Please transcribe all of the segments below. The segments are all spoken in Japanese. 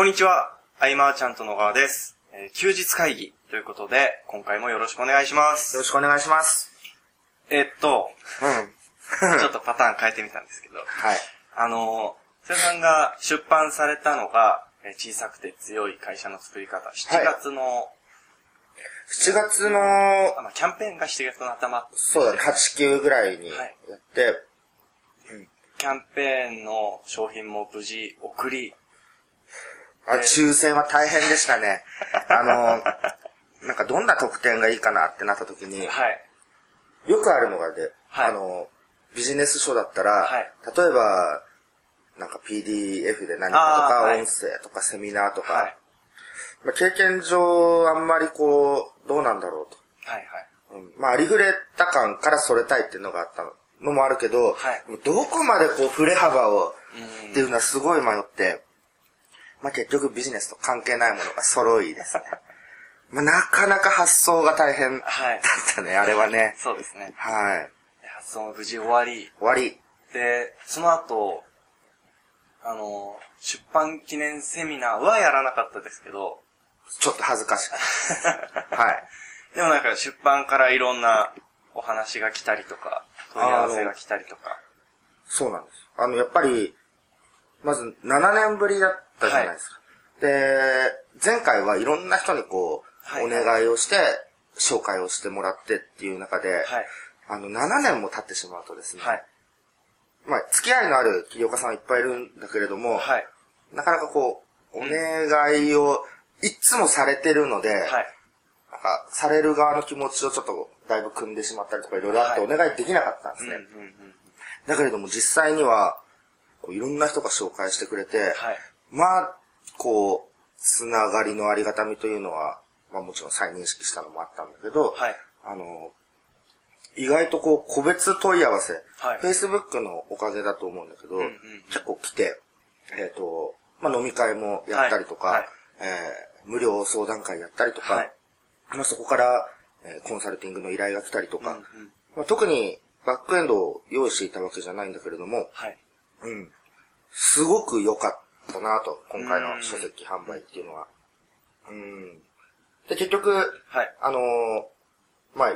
んにちは、アイマーちゃんと野川です。休日会議ということで、今回もよろしくお願いします。 よろしくお願いします。 ちょっとパターン変えてみたんですけど、 はい。 瀬さんが出版されたのが、小さくて強い会社の作り方、7月の、 7月の、 キャンペーンが7月の頭。 そうだね、8、9ぐらいにやって、 キャンペーンの商品も無事送り、 抽選は大変でしたね。なんかどんな特典がいいかなってなった時に、 はい、 よくあるのがで、 はい、 ビジネス書だったら、 はい、 例えば、なんか PDF で何かとか、音声とかセミナーとか、はい、経験上あんまりどうなんだろうと。 はいはい。ありふれた感からそれたいっていうのがあったのもあるけど、 はい、 どこまで振れ幅をっていうのはすごい迷って、結局ビジネスと関係ないものが揃いですね。なかなか発想が大変だったね、はい、あれはね。 そうですね。 はい。 発想も無事終わり。で、その後、出版記念セミナーはやらなかったですけど。 ちょっと恥ずかしい。はい。 でもなんか出版からいろんなお話が来たりとか、問い合わせが来たりとか。 そうなんです。やっぱり、まず7年ぶりだったじゃないですか。はい、で、前回はいろんな人にお願いをして、紹介をしてもらってっていう中で、はい、7年も経ってしまうとですね、はい、付き合いのある起業家さんはいっぱいいるんだけれども、はい、なかなかお願いをいつもされてるので、はい、なんかされる側の気持ちをちょっとだいぶ組んでしまったりとかいろいろあってお願いできなかったんですね。だけれども実際には、いろんな人が紹介してくれて、はい、つながりのありがたみというのは、もちろん再認識したのもあったんだけど、はい、意外と個別問い合わせ、はい、Facebook のおかげだと思うんだけど、結構来て、飲み会もやったりとか、はい、無料相談会やったりとか、はい、そこから、コンサルティングの依頼が来たりとか、特にバックエンドを用意していたわけじゃないんだけれども、はい、すごく良かったなと、今回の書籍販売っていうのは。で、結局、はい、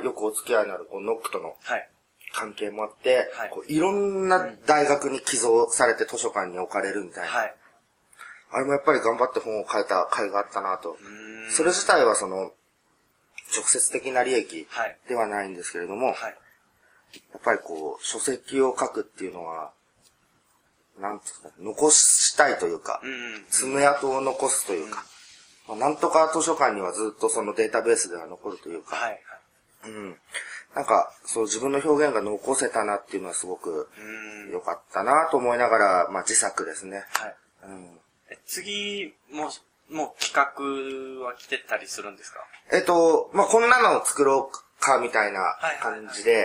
よくお付き合いのあるノックとの関係もあって、はい、いろんな大学に寄贈されて図書館に置かれるみたいな。はい、あれもやっぱり頑張って本を書いた甲斐があったなと。それ自体は直接的な利益ではないんですけれども、はい、やっぱり書籍を書くっていうのは、なんていうか、残したいというか、爪痕を残すというか、なんとか図書館にはずっとそのデータベースでは残るというか、はい、なんか、自分の表現が残せたなっていうのはすごく良かったなと思いながら、自作ですね。はい、 次も企画は来てたりするんですか？ こんなのを作ろうかみたいな感じで、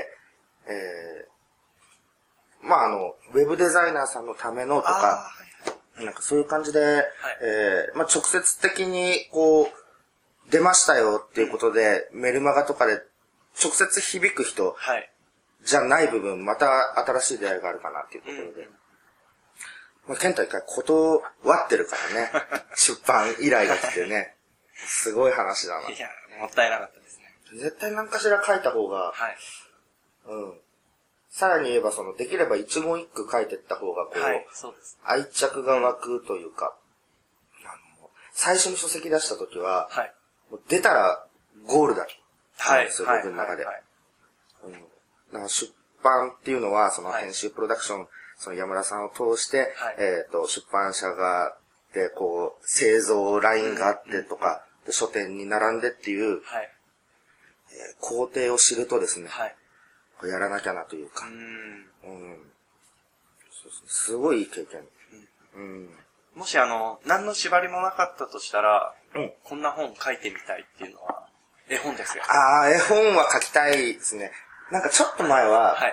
ウェブデザイナーさんのためのとか、なんかそういう感じで、はい、直接的に出ましたよっていうことで、メルマガとかで直接響く人じゃない部分、また新しい出会いがあるかなっていうところで。ケンタ一回断ってるからね。出版依頼が来てね。すごい話だな。 いや、もったいなかったですね。 絶対何かしら書いた方が、はい、さらに言えばできれば一言一句書いていった方がはい、そうです。愛着が湧くというか、最初に書籍出した時は、はい、もう出たらゴールだったんですよ、僕の中で。だから出版っていうのは、編集プロダクション、山田さんを通して、はい、出版社が、で、製造ラインがあってとか、で書店に並んでっていう、はい、工程を知るとですね、はい、やらなきゃなというか、すごいいい経験。 もし何の縛りもなかったとしたら、こんな本書いてみたいっていうのは、絵本ですよ。 絵本は書きたいですね。なんかちょっと前は、はい、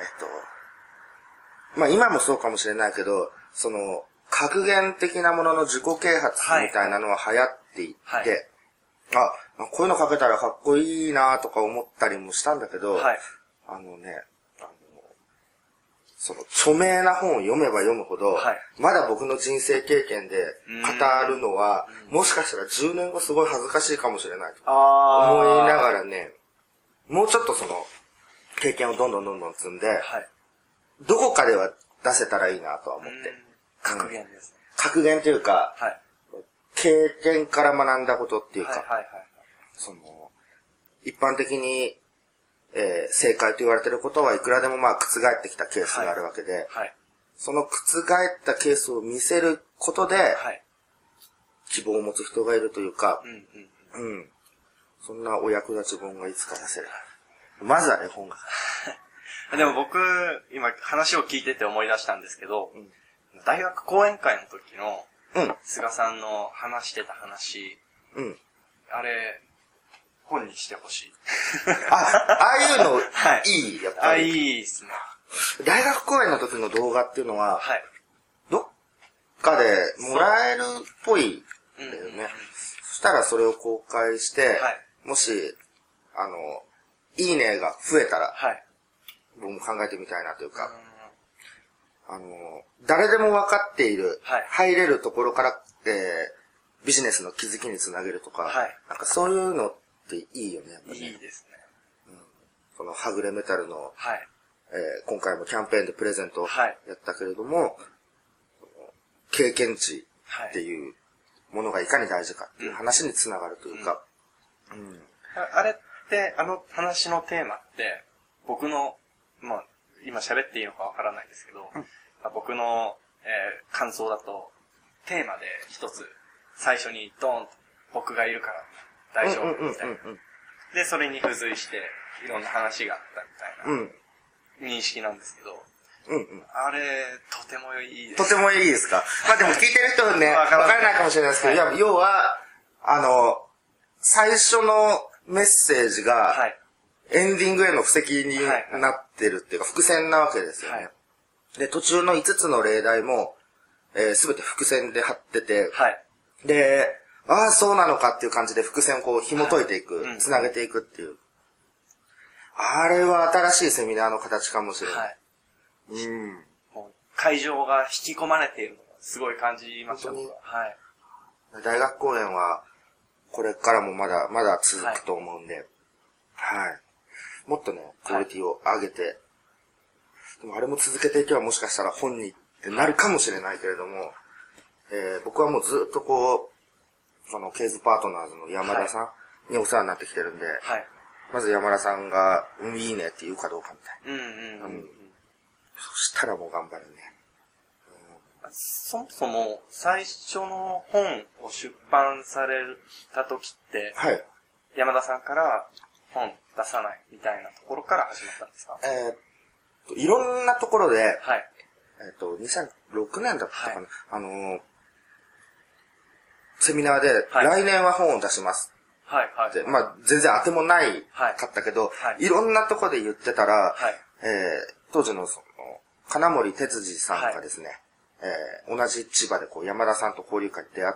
今もそうかもしれないけど、格言的なものの自己啓発みたいなのは流行っていって、こういうの書けたらかっこいいなとか思ったりもしたんだけど、はい、 その著名な本を読めば読むほど、はい、まだ僕の人生経験で語るのは、もしかしたら10年後すごい恥ずかしいかもしれないと思いながらね、もうちょっとその経験をどんどん積んで、はい、どこかでは出せたらいいなとは思って。 格言ですね。 格言というか、はい、経験から学んだことっていうか、その一般的に正解と言われていることはいくらでもまあ覆ってきたケースがあるわけで、はいはい、その覆ったケースを見せることで、はい、希望を持つ人がいるというか、そんなお役立ち本がいつか出せる。まずはね、本が。 でも僕、今話を聞いてて思い出したんですけど、大学講演会の時の、菅さんの話してた話、あれ、本にしてほしい。 ああいうの、はい、いい、やっぱり。 いいですね。 大学公演の時の動画っていうのは、はい、どっかでもらえるっぽいんだよね。そしたらそれを公開して、はい、もし、いいねが増えたら、はい、僕も考えてみたいなというか、誰でも分かっている、はい、入れるところから、ビジネスの気づきにつなげるとか、はい、なんかそういうのっていいよね、やっぱね。 いいですね。 このはぐれメタルの、はい、今回もキャンペーンでプレゼントやったけれども、はい、経験値っていうものがいかに大事かっていう話につながるというか。 あれって、話のテーマって、僕の、まあ、今喋っていいのかわからないですけど、僕の、感想だと、テーマで一つ、最初にドーンと僕がいるから大丈夫みたいな。で、それに付随して、いろんな話があったみたいな、認識なんですけど、あれ、とてもいいです。 とてもいいですか。まあでも聞いてる人ね、わからないかもしれないですけど、はい、要は、最初のメッセージが、はい、エンディングへの布石になってるっていうか、伏線なわけですよね。はい、で、途中の5つの例題も、すべて伏線で貼ってて、はい、で、ああ、そうなのかっていう感じで伏線をこう紐解いていく、はい、つなげていくっていう。あれは新しいセミナーの形かもしれない。はい、 もう会場が引き込まれているのがすごい感じました。はい。 大学公演は、これからもまだ続くと思うんで、はい。もっとね、クオリティを上げて、でもあれも続けていけばもしかしたら本にってなるかもしれないけれども、僕はもうずっとこう、ケーズパートナーズの山田さんにお世話になってきてるんで、はい、まず山田さんが、いいねって言うかどうかみたいな。そしたらもう頑張るね。 そもそも最初の本を出版された時って、はい、山田さんから本出さないみたいなところから始まったんですか？ いろんなところで、はい、2006年だったかな、はい、セミナーで、来年は本を出します。はいはい。まあ、全然当てもないかったけど、はい、いろんなとこで言ってたら、はい、当時の金森哲司さんがですね、はい、同じ千葉でこう山田さんと交流会に出会って、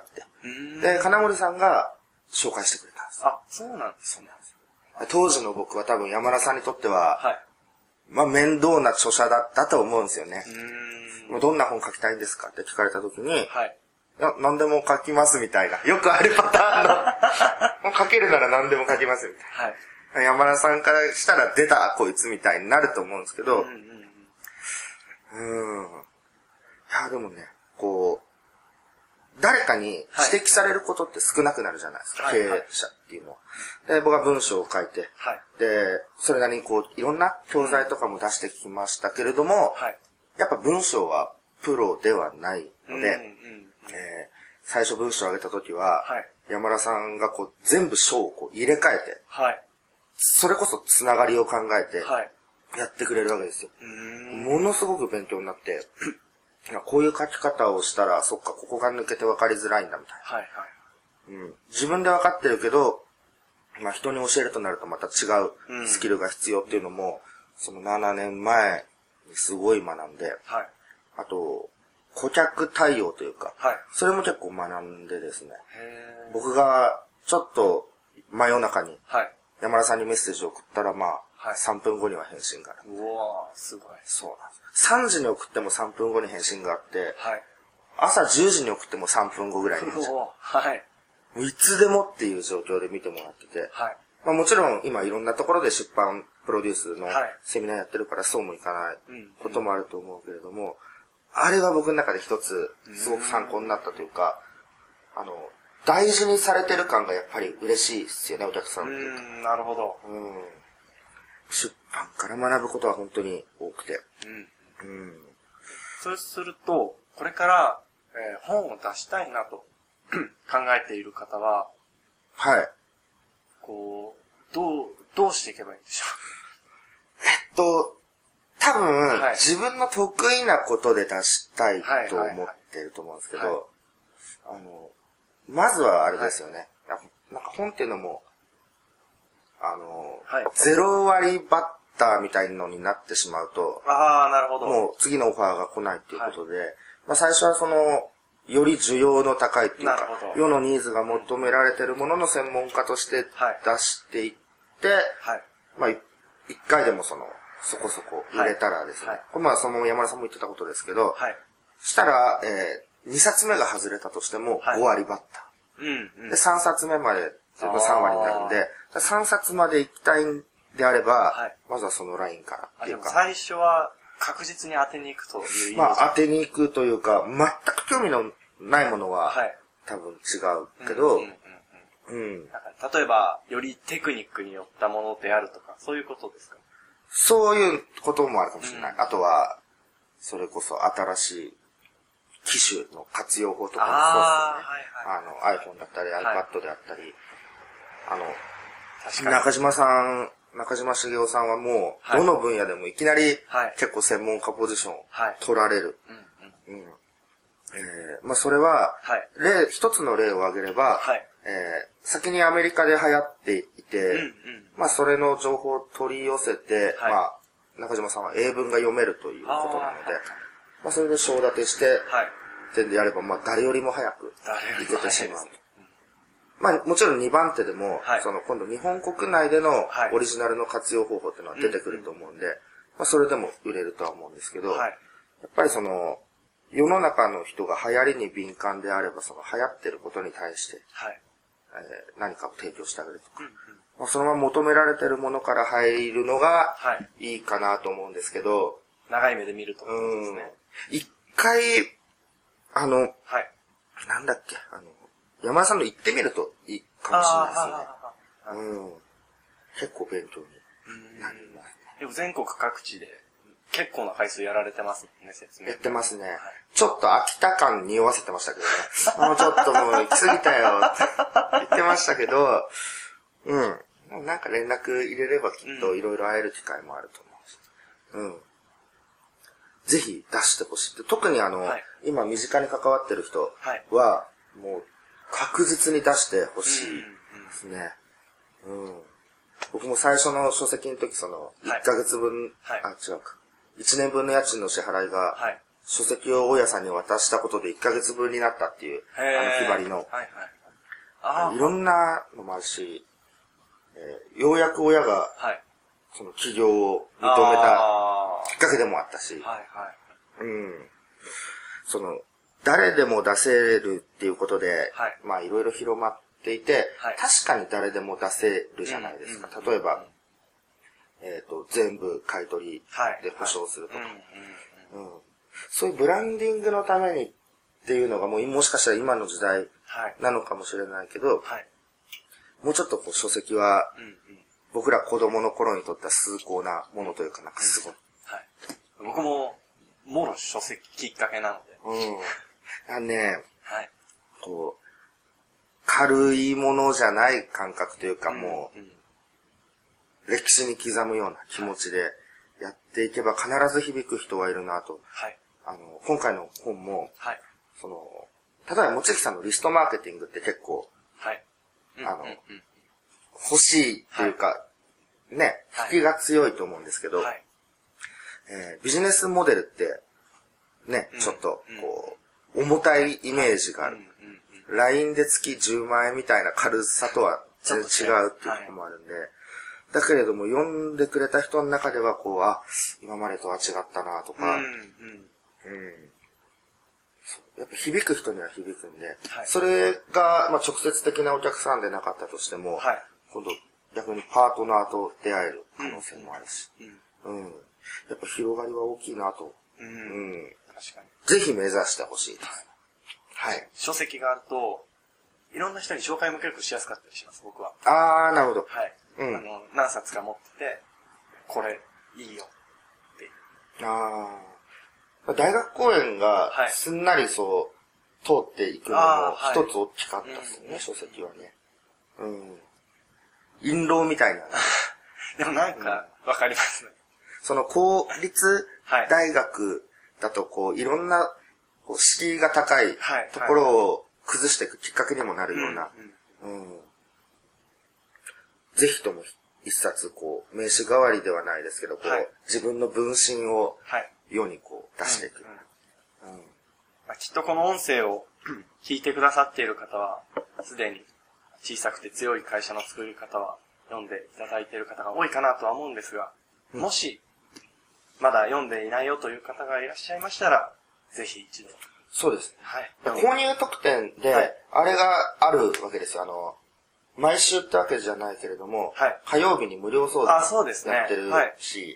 で、金森さんが紹介してくれたんです。 あ、そうなんですね。 当時の僕は多分山田さんにとっては、はい、まあ面倒な著者だったと思うんですよね。どんな本書きたいんですかって聞かれた時に、はい、いや、何でも書きますみたいな。よくあるパターンの、書けるなら何でも書きますみたいな。はい、山田さんからしたら出たこいつみたいになると思うんですけど、いや、でもね、こう、誰かに指摘されることって少なくなるじゃないですか、はい、経営者っていうのは。で、僕は文章を書いて、はい、で、それなりにこう、いろんな教材とかも出してきましたけれども、はい、やっぱ文章はプロではないので、最初文章を上げた時は、はい、山田さんがこう全部章をこう入れ替えて、はい、それこそつながりを考えて、やってくれるわけですよ。ものすごく勉強になって、こういう書き方をしたら、そっか、ここが抜けて分かりづらいんだみたいな。はいはい、自分で分かってるけど、まあ人に教えるとなるとまた違うスキルが必要っていうのも、その7年前にすごい学んで、はい、あと、顧客対応というか、はい、それも結構学んでですね、僕がちょっと真夜中に山田さんにメッセージを送ったら、まあ、 3分後には返信がある。 うわー、すごい。 そうなんです。3時に送っても3分後に返信があって、 はい。 朝10時に送っても3分後ぐらいに返信。 はい。 いつでもっていう状況で見てもらってて、 はい。 まあもちろん今いろんなところで出版プロデュースのセミナーやってるからそうもいかないこともあると思うけれども、あれは僕の中で一つすごく参考になったというか、大事にされてる感がやっぱり嬉しいですよね、お客さんっていうか。 なるほど。 出版から学ぶことは本当に多くて。 そうすると、これから、本を出したいなと考えている方は、 はい。 こう、どうしていけばいいんでしょう。多分、 はい、 自分の得意なことで出したいと思ってると思うんですけど、まずはあれですよね。なんか本っていうのも、0割バッターみたいなのになってしまうと、 なるほど。 もう次のオファーが来ないっていうことで、まあ最初はより需要の高いっていうか、世のニーズが求められているものの専門家として出していって、まあ一回でもそこそこ売れたらですね、まあ山田さんも言ってたことですけど、したら、2冊目が外れたとしても5割バッター。で、3冊目まで3割になるんで、3冊まで行きたいんであれば、まずはそのラインからっていうか。 最初は確実に当てに行くという意味ですか？ まあ当てに行くというか、全く興味のないものは、多分違うけど、 例えば、よりテクニックによったものであるとか、そういうことですか？ そういうこともあるかもしれない。あとは、それこそ新しい機種の活用法とかもそうですね。iPhone だったり iPad であったり、中島茂雄さんはもう、どの分野でもいきなり結構専門家ポジションを取られる。まあそれは、一つの例を挙げれば、先にアメリカで流行っていて、まあそれの情報を取り寄せて、まあ中島さんは英文が読めるということなので、まあそれで章立てして、でやればまあ誰よりも早くいけてしまう。まあもちろん2番手でも、今度日本国内でのオリジナルの活用方法っていうのは出てくると思うんで、まあそれでも売れるとは思うんですけど、やっぱり世の中の人が流行りに敏感であれば、流行ってることに対して、何かを提供してあげるとか、まあ、そのまま求められてるものから入るのがいいかなと思うんですけど、 長い目で見ると思うんですね。 一回、なんだっけ、山田さんの言ってみるといいかもしれないですね。結構勉強になりますね。 でも全国各地で結構な回数やられてますね、説明。 やってますね。ちょっと飽きた感匂わせてましたけどね。もうちょっともう行き過ぎたよって言ってましたけど、なんか連絡入れればきっといろいろ会える機会もあると思うし。ぜひ出してほしい。特に今身近に関わってる人は、もう確実に出してほしいですね。僕も最初の書籍の時1ヶ月分、違うか。1年分の家賃の支払いが、書籍を大家さんに渡したことで1ヶ月分になったっていう、日張りの。いろんなのもあるし、ようやく親が、起業を認めたきっかけでもあったし、誰でも出せるっていうことで、まあいろいろ広まっていて、確かに誰でも出せるじゃないですか。例えば、全部買い取りで保証するとか。そういうブランディングのためにっていうのがもしかしたら今の時代なのかもしれないけど、もうちょっと書籍は僕ら子供の頃にとっては崇高なものというかなんかすごい。 僕も、もろ書籍きっかけなので。 軽いものじゃない感覚というかもう、歴史に刻むような気持ちでやっていけば必ず響く人はいるなと。今回の本も、例えば、もちきさんのリストマーケティングって結構、欲しいっていうか、引きが強いと思うんですけど、ビジネスモデルって、ちょっと、重たいイメージがある。LINE で月10万円みたいな軽さとは全然違うっていうところもあるんで、 だけれども読んでくれた人の中ではこう、今までとは違ったなとか、やっぱ響く人には響くんで、はい、それが、まあ、直接的なお客さんでなかったとしても、はい、今度逆にパートナーと出会える可能性もあるし、やっぱ広がりは大きいなと、確かにぜひ目指してほしいです。はい。 書籍があると、いろんな人に紹介向けるとしやすかったりします、僕は。 なるほど。 はい。何冊か持ってて、これ、いいよ、っていう。 大学公演がすんなりそう通っていくのも一つ大きかったですね、書籍はね。印籠みたいな。 でもなんかわかりますね。 その公立大学だとこういろんな敷居が高いところを崩していくきっかけにもなるような。ぜひとも一冊こう名刺代わりではないですけど、こう自分の分身を世にこう出していく。 きっとこの音声を聞いてくださっている方は、すでに小さくて強い会社の作り方は読んでいただいている方が多いかなとは思うんですが、もしまだ読んでいないよという方がいらっしゃいましたら、ぜひ一度。 そうです。はい。購入特典で、あれがあるわけですよ。毎週ってわけじゃないけれども、火曜日に無料相談やってるし、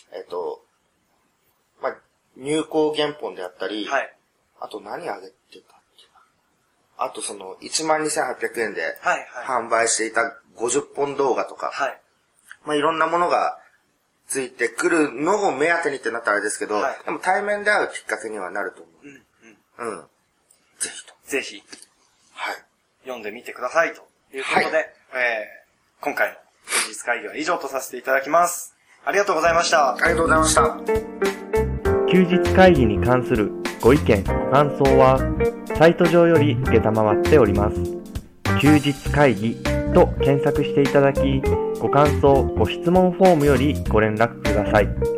まあ、入稿原本であったり、あと何あげてたっけな。あと12,800円で販売していた50本動画とか、まあいろんなものがついてくるのを目当てにってなったらあれですけど、でも対面で会うきっかけにはなると思う。ぜひと。 ぜひ。はい。読んでみてくださいということで、今回の休日会議は以上とさせていただきます。ありがとうございました。 ありがとうございました。 休日会議に関するご意見、ご感想は、サイト上より受けたまわっております。休日会議と検索していただき、ご感想、ご質問フォームよりご連絡ください。